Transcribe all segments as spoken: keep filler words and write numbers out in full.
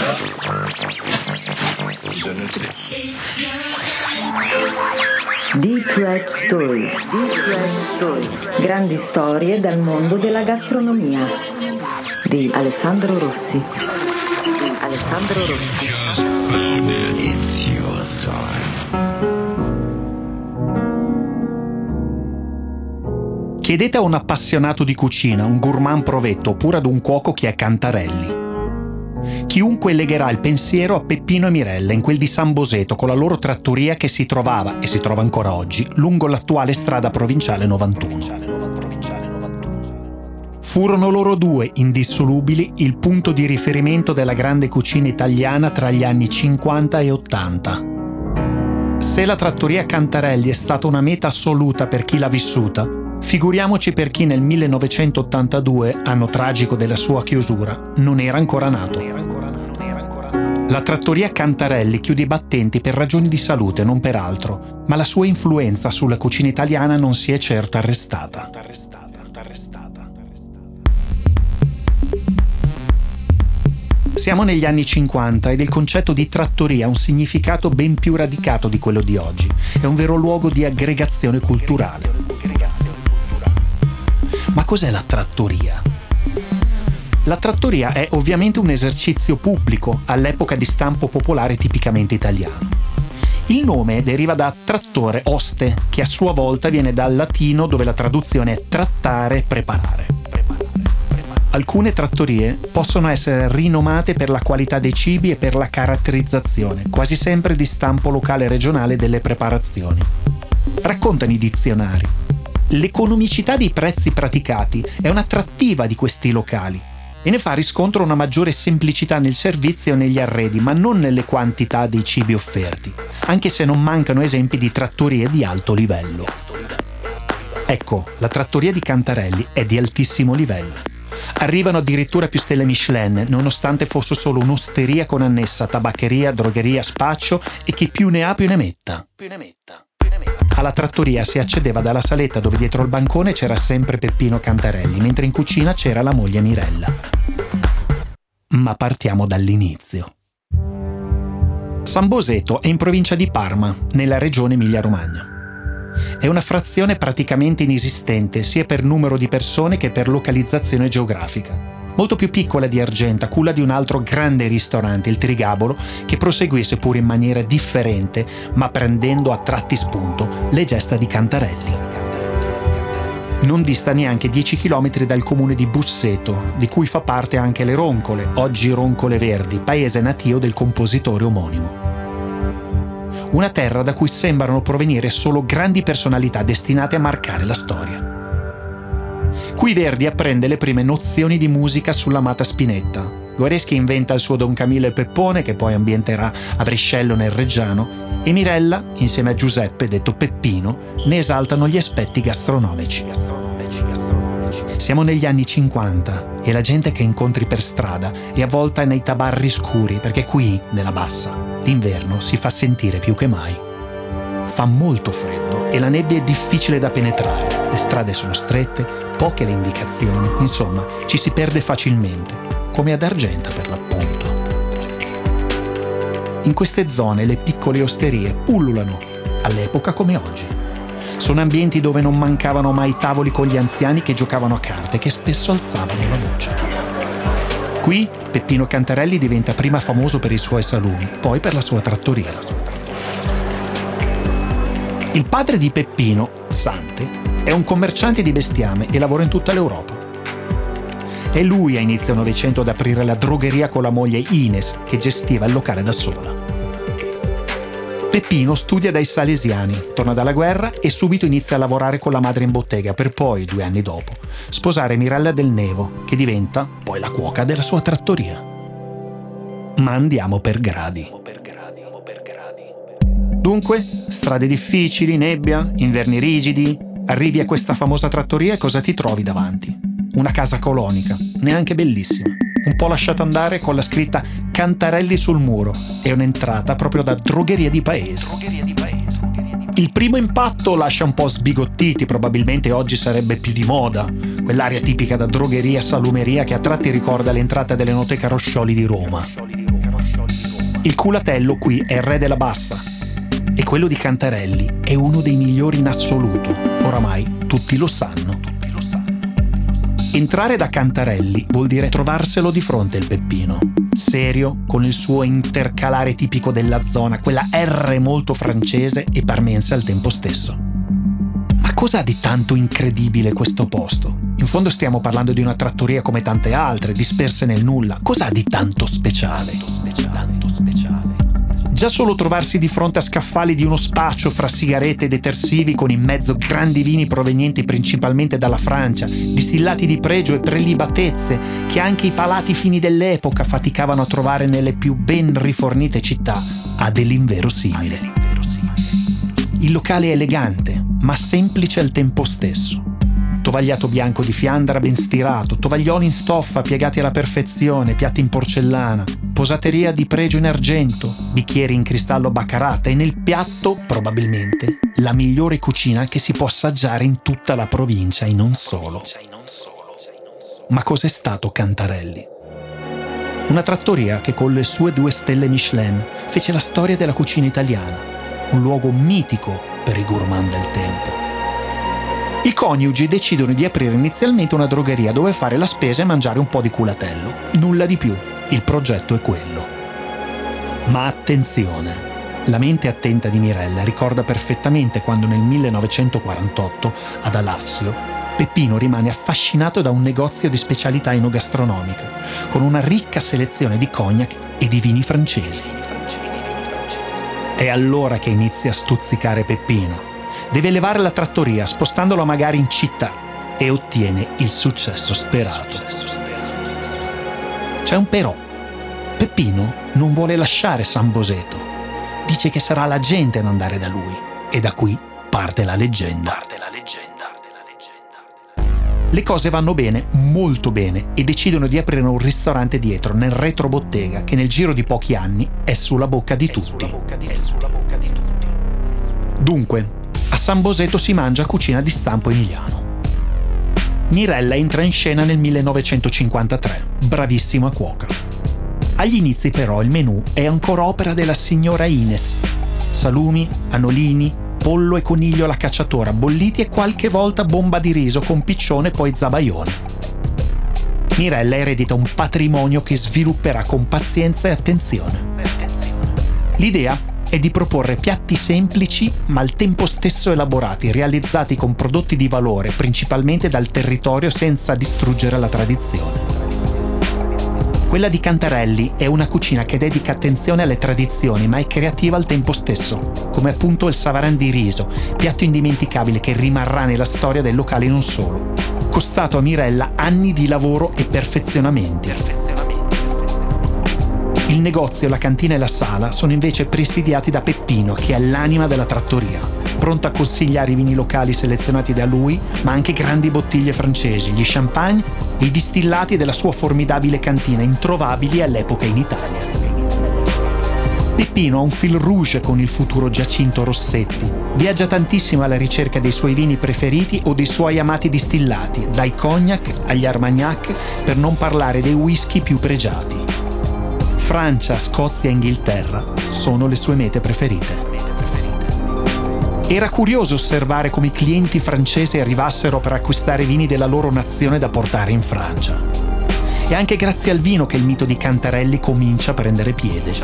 Deep Red Stories. Deep Red Stories. Grandi storie dal mondo della gastronomia di Alessandro Rossi. Di Alessandro Rossi. Chiedete a un appassionato di cucina, un gourmand provetto oppure ad un cuoco chi è Cantarelli. Chiunque legherà il pensiero a Peppino e Mirella in quel di San Boseto con la loro trattoria che si trovava, e si trova ancora oggi, lungo l'attuale strada provinciale novantuno. Furono loro due, indissolubili, il punto di riferimento della grande cucina italiana tra gli anni cinquanta e ottanta. Se la trattoria Cantarelli è stata una meta assoluta per chi l'ha vissuta, figuriamoci per chi nel millenovecentottantadue, anno tragico della sua chiusura, non era ancora nato. La trattoria Cantarelli chiude i battenti per ragioni di salute, non per altro, ma la sua influenza sulla cucina italiana non si è certo arrestata. Siamo negli anni cinquanta ed il concetto di trattoria ha un significato ben più radicato di quello di oggi. È un vero luogo di aggregazione culturale. Ma cos'è la trattoria? La trattoria è ovviamente un esercizio pubblico, all'epoca di stampo popolare tipicamente italiano. Il nome deriva da trattore, oste, che a sua volta viene dal latino dove la traduzione è trattare, preparare. Alcune trattorie possono essere rinomate per la qualità dei cibi e per la caratterizzazione, quasi sempre di stampo locale e regionale delle preparazioni. Raccontano i dizionari. L'economicità dei prezzi praticati è un'attrattiva di questi locali e ne fa riscontro una maggiore semplicità nel servizio e negli arredi, ma non nelle quantità dei cibi offerti, anche se non mancano esempi di trattorie di alto livello. Ecco, la trattoria di Cantarelli è di altissimo livello. Arrivano addirittura più stelle Michelin, nonostante fosse solo un'osteria con annessa tabaccheria, drogheria, spaccio e chi più ne ha più ne metta. Più ne metta. Alla trattoria si accedeva dalla saletta dove dietro il bancone c'era sempre Peppino Cantarelli, mentre in cucina c'era la moglie Mirella. Ma partiamo dall'inizio. San Boseto è in provincia di Parma, nella regione Emilia-Romagna. È una frazione praticamente inesistente sia per numero di persone che per localizzazione geografica. Molto più piccola di Argenta, culla di un altro grande ristorante, il Trigabolo, che proseguì seppur in maniera differente, ma prendendo a tratti spunto le gesta di Cantarelli. Non dista neanche dieci chilometri dal comune di Busseto, di cui fa parte anche le Roncole, oggi Roncole Verdi, paese natio del compositore omonimo. Una terra da cui sembrano provenire solo grandi personalità destinate a marcare la storia. Qui Verdi apprende le prime nozioni di musica sull'amata Spinetta. Guareschi inventa il suo Don Camillo e Peppone, che poi ambienterà a Brescello nel Reggiano, e Mirella, insieme a Giuseppe, detto Peppino, ne esaltano gli aspetti gastronomici. Siamo negli anni cinquanta e la gente che incontri per strada è avvolta nei tabarri scuri, perché qui, nella bassa, l'inverno si fa sentire più che mai. Fa molto freddo e la nebbia è difficile da penetrare, le strade sono strette, poche le indicazioni, insomma, ci si perde facilmente, come ad Argenta per l'appunto. In queste zone le piccole osterie pullulano, all'epoca come oggi. Sono ambienti dove non mancavano mai tavoli con gli anziani che giocavano a carte, che spesso alzavano la voce. Qui Peppino Cantarelli diventa prima famoso per i suoi salumi, poi per la sua trattoria. Il padre di Peppino, Sante, è un commerciante di bestiame e lavora in tutta l'Europa. È lui a inizio Novecento ad aprire la drogheria con la moglie Ines, che gestiva il locale da sola. Peppino studia dai salesiani, torna dalla guerra e subito inizia a lavorare con la madre in bottega per poi, due anni dopo, sposare Mirella del Nevo, che diventa poi la cuoca della sua trattoria. Ma andiamo per gradi. Dunque, strade difficili, nebbia, inverni rigidi, arrivi a questa famosa trattoria e cosa ti trovi davanti? Una casa colonica, neanche bellissima, un po' lasciata andare con la scritta Cantarelli sul muro e un'entrata proprio da drogheria di paese. Il primo impatto lascia un po' sbigottiti, probabilmente oggi sarebbe più di moda, quell'aria tipica da drogheria salumeria che a tratti ricorda l'entrata dell'Enoteca Roscioli di Roma. Il culatello qui è il re della bassa e quello di Cantarelli è uno dei migliori in assoluto. Oramai tutti lo sanno. Entrare da Cantarelli vuol dire trovarselo di fronte il Peppino. Serio, con il suo intercalare tipico della zona, quella R molto francese e parmense al tempo stesso. Ma cosa ha di tanto incredibile questo posto? In fondo stiamo parlando di una trattoria come tante altre, disperse nel nulla. Cosa ha di tanto speciale? Tanto speciale. Già solo trovarsi di fronte a scaffali di uno spaccio fra sigarette e detersivi con in mezzo grandi vini provenienti principalmente dalla Francia, distillati di pregio e prelibatezze che anche i palati fini dell'epoca faticavano a trovare nelle più ben rifornite città, ha dell'inverosimile. Il locale è elegante, ma semplice al tempo stesso. Tovagliato bianco di Fiandra ben stirato, tovaglioli in stoffa piegati alla perfezione, piatti in porcellana, posateria di pregio in argento, bicchieri in cristallo baccarat e nel piatto, probabilmente, la migliore cucina che si può assaggiare in tutta la provincia e non solo. Ma cos'è stato Cantarelli? Una trattoria che con le sue due stelle Michelin fece la storia della cucina italiana, un luogo mitico per i gourmand del tempo. I coniugi decidono di aprire inizialmente una drogheria dove fare la spesa e mangiare un po' di culatello. Nulla di più, il progetto è quello. Ma attenzione, la mente attenta di Mirella ricorda perfettamente quando nel millenovecentoquarantotto, ad Alassio, Peppino rimane affascinato da un negozio di specialità enogastronomica, con una ricca selezione di cognac e di vini francesi. È allora che inizia a stuzzicare Peppino. Deve elevare la trattoria, spostandolo magari in città, e ottiene il successo sperato. C'è un però. Peppino non vuole lasciare San Boseto. Dice che sarà la gente ad andare da lui. E da qui parte la leggenda. Le cose vanno bene, molto bene, e decidono di aprire un ristorante dietro, nel retrobottega, che nel giro di pochi anni è sulla bocca di tutti. Dunque, a San Boseto si mangia cucina di stampo emiliano. Mirella entra in scena nel millenovecentocinquantatré, bravissima cuoca. Agli inizi però il menù è ancora opera della signora Ines. Salumi, anolini, pollo e coniglio alla cacciatora bolliti e qualche volta bomba di riso con piccione e poi zabaione. Mirella eredita un patrimonio che svilupperà con pazienza e attenzione. L'idea è di proporre piatti semplici ma al tempo stesso elaborati, realizzati con prodotti di valore, principalmente dal territorio senza distruggere la tradizione. Quella di Cantarelli è una cucina che dedica attenzione alle tradizioni ma è creativa al tempo stesso, come appunto il savarin di riso, piatto indimenticabile che rimarrà nella storia del locale non solo, costato a Mirella anni di lavoro e perfezionamenti. Il negozio, la cantina e la sala sono invece presidiati da Peppino, che è l'anima della trattoria, pronto a consigliare i vini locali selezionati da lui, ma anche grandi bottiglie francesi, gli champagne e i distillati della sua formidabile cantina, introvabili all'epoca in Italia. Peppino ha un fil rouge con il futuro Giacinto Rossetti. Viaggia tantissimo alla ricerca dei suoi vini preferiti o dei suoi amati distillati, dai cognac agli armagnac, per non parlare dei whisky più pregiati. Francia, Scozia e Inghilterra sono le sue mete preferite. Era curioso osservare come i clienti francesi arrivassero per acquistare vini della loro nazione da portare in Francia. È anche grazie al vino che il mito di Cantarelli comincia a prendere piede.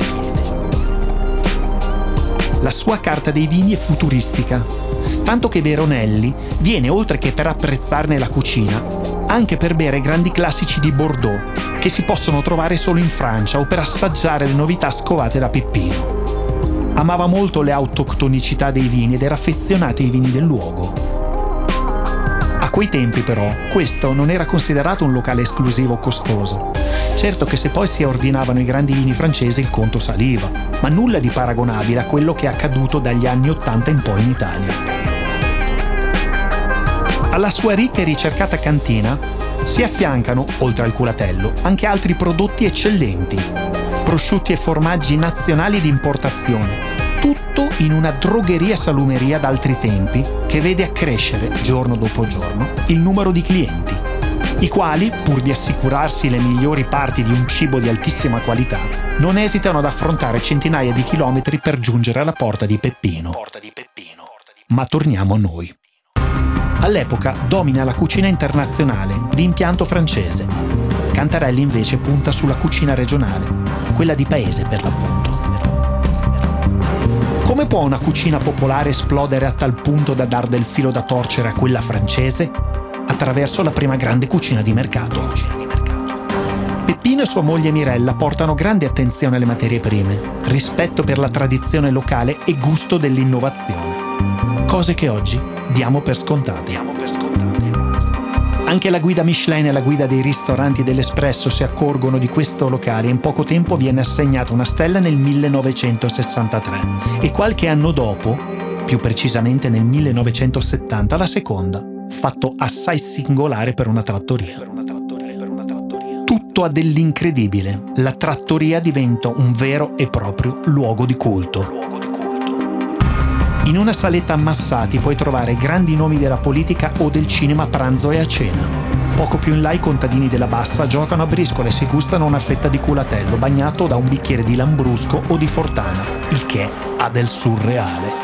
La sua carta dei vini è futuristica, tanto che Veronelli viene, oltre che per apprezzarne la cucina, anche per bere grandi classici di Bordeaux, che si possono trovare solo in Francia, o per assaggiare le novità scovate da Peppino. Amava molto le autoctonicità dei vini ed era affezionato ai vini del luogo. A quei tempi però questo non era considerato un locale esclusivo costoso. Certo che se poi si ordinavano i grandi vini francesi il conto saliva, ma nulla di paragonabile a quello che è accaduto dagli anni ottanta in poi in Italia. Alla sua ricca e ricercata cantina si affiancano, oltre al culatello, anche altri prodotti eccellenti, prosciutti e formaggi nazionali di importazione, tutto in una drogheria salumeria d'altri tempi che vede accrescere, giorno dopo giorno, il numero di clienti. i quali, pur di assicurarsi le migliori parti di un cibo di altissima qualità, non esitano ad affrontare centinaia di chilometri per giungere alla porta di Peppino. Ma torniamo a noi. All'epoca domina la cucina internazionale di impianto francese. Cantarelli invece punta sulla cucina regionale, quella di paese per l'appunto. Come può una cucina popolare esplodere a tal punto da dar del filo da torcere a quella francese? Attraverso la prima grande cucina di mercato. Peppino e sua moglie Mirella portano grande attenzione alle materie prime, rispetto per la tradizione locale e gusto dell'innovazione. Cose che oggi diamo per scontate. Anche la guida Michelin e la guida dei ristoranti dell'Espresso si accorgono di questo locale e in poco tempo viene assegnata una stella nel millenovecentosessantatré e qualche anno dopo, più precisamente nel millenovecentosettanta, la seconda, fatto assai singolare per una trattoria. Tutto ha dell'incredibile. La trattoria diventa un vero e proprio luogo di culto. In una saletta Ammassati puoi trovare grandi nomi della politica o del cinema a pranzo e a cena. Poco più in là i contadini della Bassa giocano a briscola e si gustano una fetta di culatello bagnato da un bicchiere di Lambrusco o di Fortana, il che ha del surreale.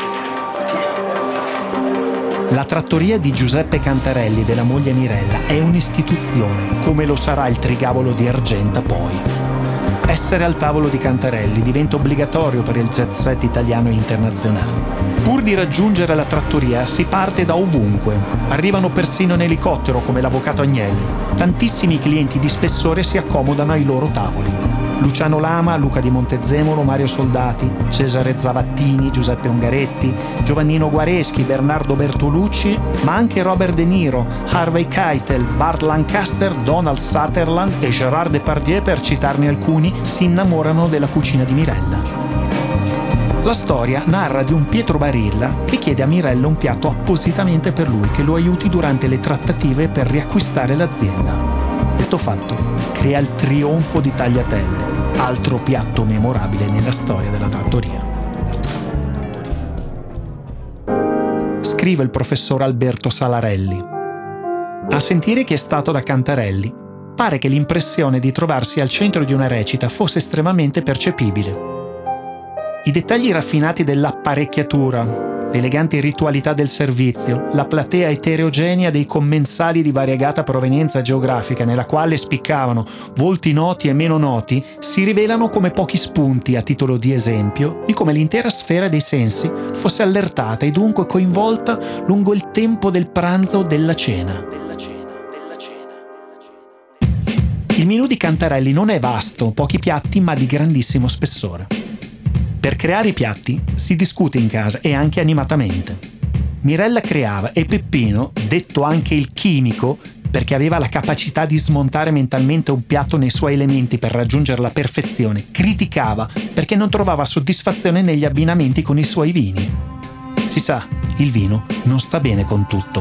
La trattoria di Giuseppe Cantarelli e della moglie Mirella è un'istituzione, come lo sarà il Trigavolo di Argenta poi. Essere al tavolo di Cantarelli diventa obbligatorio per il jet set italiano e internazionale. Pur di raggiungere la trattoria si parte da ovunque. Arrivano persino in elicottero come l'avvocato Agnelli. Tantissimi clienti di spessore si accomodano ai loro tavoli. Luciano Lama, Luca di Montezemolo, Mario Soldati, Cesare Zavattini, Giuseppe Ungaretti, Giovannino Guareschi, Bernardo Bertolucci, ma anche Robert De Niro, Harvey Keitel, Burt Lancaster, Donald Sutherland e Gérard Depardieu, per citarne alcuni, si innamorano della cucina di Mirella. La storia narra di un Pietro Barilla che chiede a Mirella un piatto appositamente per lui che lo aiuti durante le trattative per riacquistare l'azienda. Detto fatto, crea il trionfo di tagliatelle, altro piatto memorabile nella storia della trattoria. Scrive il professor Alberto Salarelli. A sentire chi è stato da Cantarelli, pare che l'impressione di trovarsi al centro di una recita fosse estremamente percepibile. I dettagli raffinati dell'apparecchiatura, l'elegante ritualità del servizio, la platea eterogenea dei commensali di variegata provenienza geografica nella quale spiccavano volti noti e meno noti, si rivelano come pochi spunti a titolo di esempio di come l'intera sfera dei sensi fosse allertata e dunque coinvolta lungo il tempo del pranzo o della cena. Il menù di Cantarelli non è vasto, pochi piatti, ma di grandissimo spessore. Per creare i piatti si discute in casa e anche animatamente. Mirella creava e Peppino, detto anche il chimico, perché aveva la capacità di smontare mentalmente un piatto nei suoi elementi per raggiungere la perfezione, criticava perché non trovava soddisfazione negli abbinamenti con i suoi vini. Si sa, il vino non sta bene con tutto.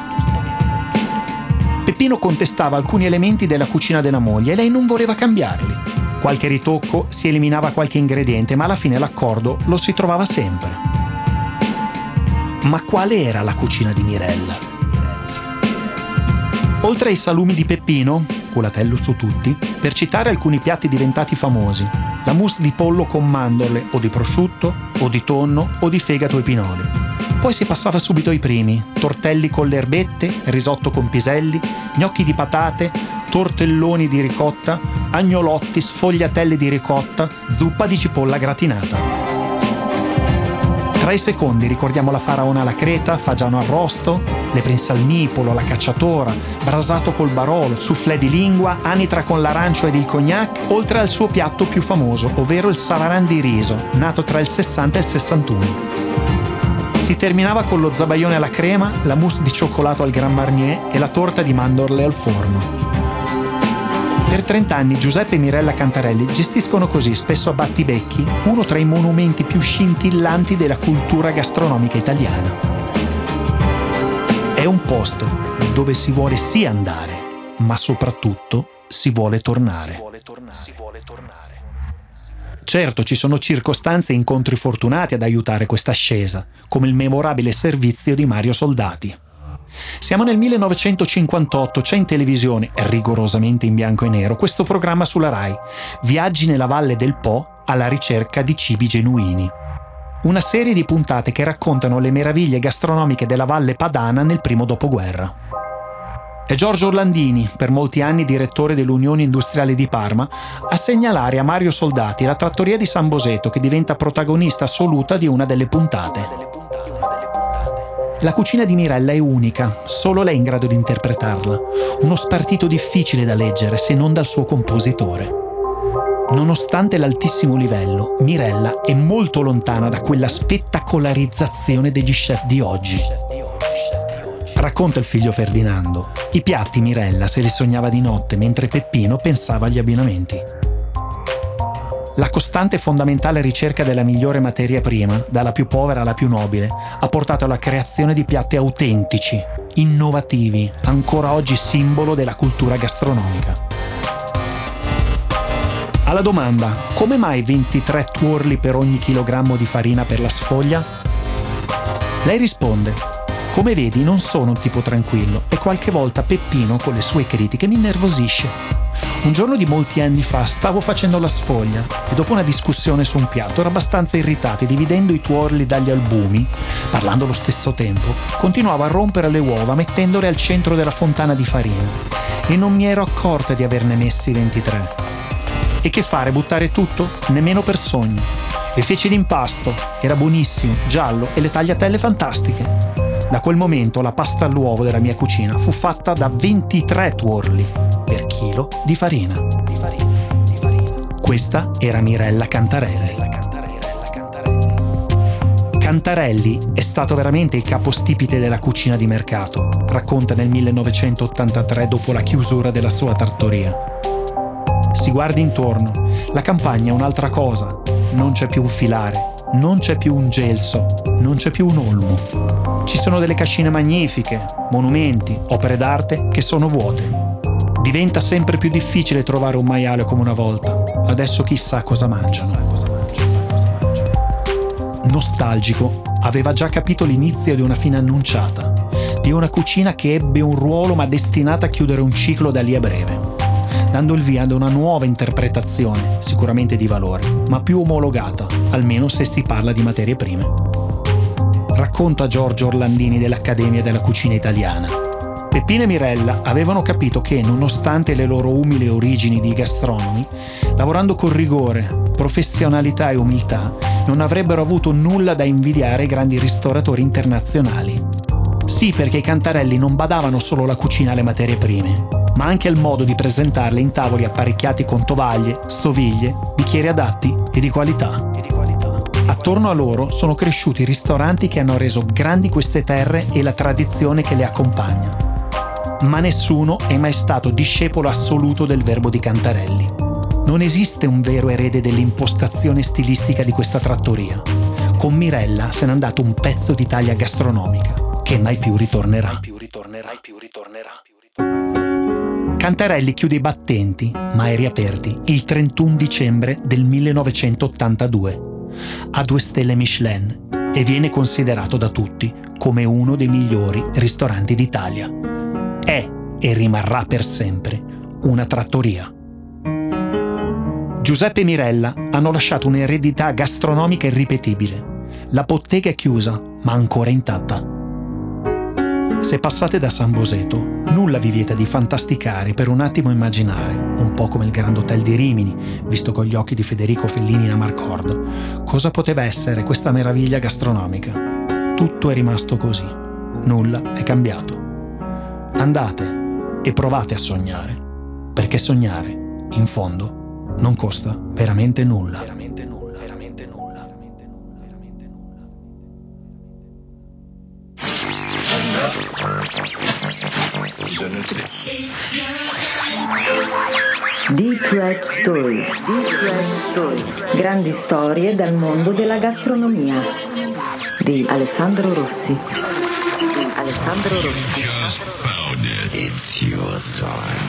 Peppino contestava alcuni elementi della cucina della moglie e lei non voleva cambiarli. Qualche ritocco, si eliminava qualche ingrediente, ma alla fine l'accordo lo si trovava sempre. Ma quale era la cucina di Mirella? Oltre ai salumi di Peppino, culatello su tutti, per citare alcuni piatti diventati famosi, la mousse di pollo con mandorle o di prosciutto, o di tonno, o di fegato e pinoli. Poi si passava subito ai primi, tortelli con le erbette, risotto con piselli, gnocchi di patate, tortelloni di ricotta, agnolotti, sfogliatelle di ricotta, zuppa di cipolla gratinata. Tra i secondi ricordiamo la faraona alla creta, fagiano arrosto, le prinsalmipolo, la cacciatora, brasato col barolo, soufflé di lingua, anitra con l'arancio ed il cognac, oltre al suo piatto più famoso, ovvero il savaran di riso, nato tra il sessanta e il sessantuno. Si terminava con lo zabaione alla crema, la mousse di cioccolato al Grand Marnier e la torta di mandorle al forno. Per trent'anni Giuseppe e Mirella Cantarelli gestiscono così, spesso a battibecchi, uno tra i monumenti più scintillanti della cultura gastronomica italiana. È un posto dove si vuole sì andare, ma soprattutto si vuole tornare. Certo, ci sono circostanze e incontri fortunati ad aiutare questa ascesa, come il memorabile servizio di Mario Soldati. Siamo nel millenovecentocinquantotto, c'è in televisione, rigorosamente in bianco e nero, questo programma sulla Rai, Viaggi nella Valle del Po alla ricerca di cibi genuini. Una serie di puntate che raccontano le meraviglie gastronomiche della Valle Padana nel primo dopoguerra. È Giorgio Orlandini, per molti anni direttore dell'Unione Industriale di Parma, a segnalare a Mario Soldati la trattoria di San Boseto che diventa protagonista assoluta di una delle puntate. La cucina di Mirella è unica, solo lei è in grado di interpretarla. Uno spartito difficile da leggere se non dal suo compositore. Nonostante l'altissimo livello, Mirella è molto lontana da quella spettacolarizzazione degli chef di oggi. Racconta il figlio Ferdinando. I piatti Mirella se li sognava di notte mentre Peppino pensava agli abbinamenti. La costante e fondamentale ricerca della migliore materia prima, dalla più povera alla più nobile, ha portato alla creazione di piatti autentici, innovativi, ancora oggi simbolo della cultura gastronomica. Alla domanda come mai ventitré tuorli per ogni chilogrammo di farina per la sfoglia? Lei risponde: come vedi non sono un tipo tranquillo e qualche volta Peppino con le sue critiche mi innervosisce. Un giorno di molti anni fa stavo facendo la sfoglia e dopo una discussione su un piatto ero abbastanza irritato e dividendo i tuorli dagli albumi, parlando allo stesso tempo, continuavo a rompere le uova mettendole al centro della fontana di farina e non mi ero accorta di averne messi ventitré. E che fare, buttare tutto? Nemmeno per sogno. E feci l'impasto, era buonissimo, giallo e le tagliatelle fantastiche. Da quel momento la pasta all'uovo della mia cucina fu fatta da ventitré tuorli per chilo di farina. Di farina, di farina. Questa era Mirella Cantarelli. Cantarelli è stato veramente il capostipite della cucina di mercato, racconta nel millenovecentottantatré dopo la chiusura della sua trattoria. Si guardi intorno, la campagna è un'altra cosa, non c'è più un filare, non c'è più un gelso, non c'è più un olmo. Ci sono delle cascine magnifiche, monumenti, opere d'arte che sono vuote. Diventa sempre più difficile trovare un maiale come una volta. Adesso chissà cosa mangiano. Nostalgico, aveva già capito l'inizio di una fine annunciata, di una cucina che ebbe un ruolo ma destinata a chiudere un ciclo da lì a breve, dando il via ad una nuova interpretazione, sicuramente di valore, ma più omologata, almeno se si parla di materie prime. Racconta Giorgio Orlandini dell'Accademia della Cucina Italiana. Peppino e Mirella avevano capito che, nonostante le loro umili origini di gastronomi, lavorando con rigore, professionalità e umiltà, non avrebbero avuto nulla da invidiare ai grandi ristoratori internazionali. Sì, perché i Cantarelli non badavano solo alla cucina e alle materie prime, ma anche al modo di presentarle in tavoli apparecchiati con tovaglie, stoviglie, bicchieri adatti e di qualità. Attorno a loro sono cresciuti ristoranti che hanno reso grandi queste terre e la tradizione che le accompagna. Ma nessuno è mai stato discepolo assoluto del verbo di Cantarelli. Non esiste un vero erede dell'impostazione stilistica di questa trattoria. Con Mirella se n'è andato un pezzo d'Italia gastronomica che mai più ritornerà. Mai più ritornerà, mai più ritornerà. Cantarelli chiude i battenti, mai riaperti, il trentuno dicembre del millenovecentottantadue. Ha due stelle Michelin e viene considerato da tutti come uno dei migliori ristoranti d'Italia. È e rimarrà per sempre una trattoria. Giuseppe e Mirella hanno lasciato un'eredità gastronomica irripetibile. La bottega è chiusa, ma ancora intatta. Se passate da San Boseto, nulla vi vieta di fantasticare, per un attimo immaginare, un po' come il Grand Hotel di Rimini, visto con gli occhi di Federico Fellini in Amarcordo, cosa poteva essere questa meraviglia gastronomica. Tutto è rimasto così, nulla è cambiato. Andate e provate a sognare, perché sognare, in fondo, non costa veramente nulla. Veramente nulla, veramente nulla, veramente nulla, veramente nulla. Deep Red Stories. Deep Red Stories. Grandi storie dal mondo della gastronomia di Alessandro Rossi. Di Alessandro Rossi. It's your time.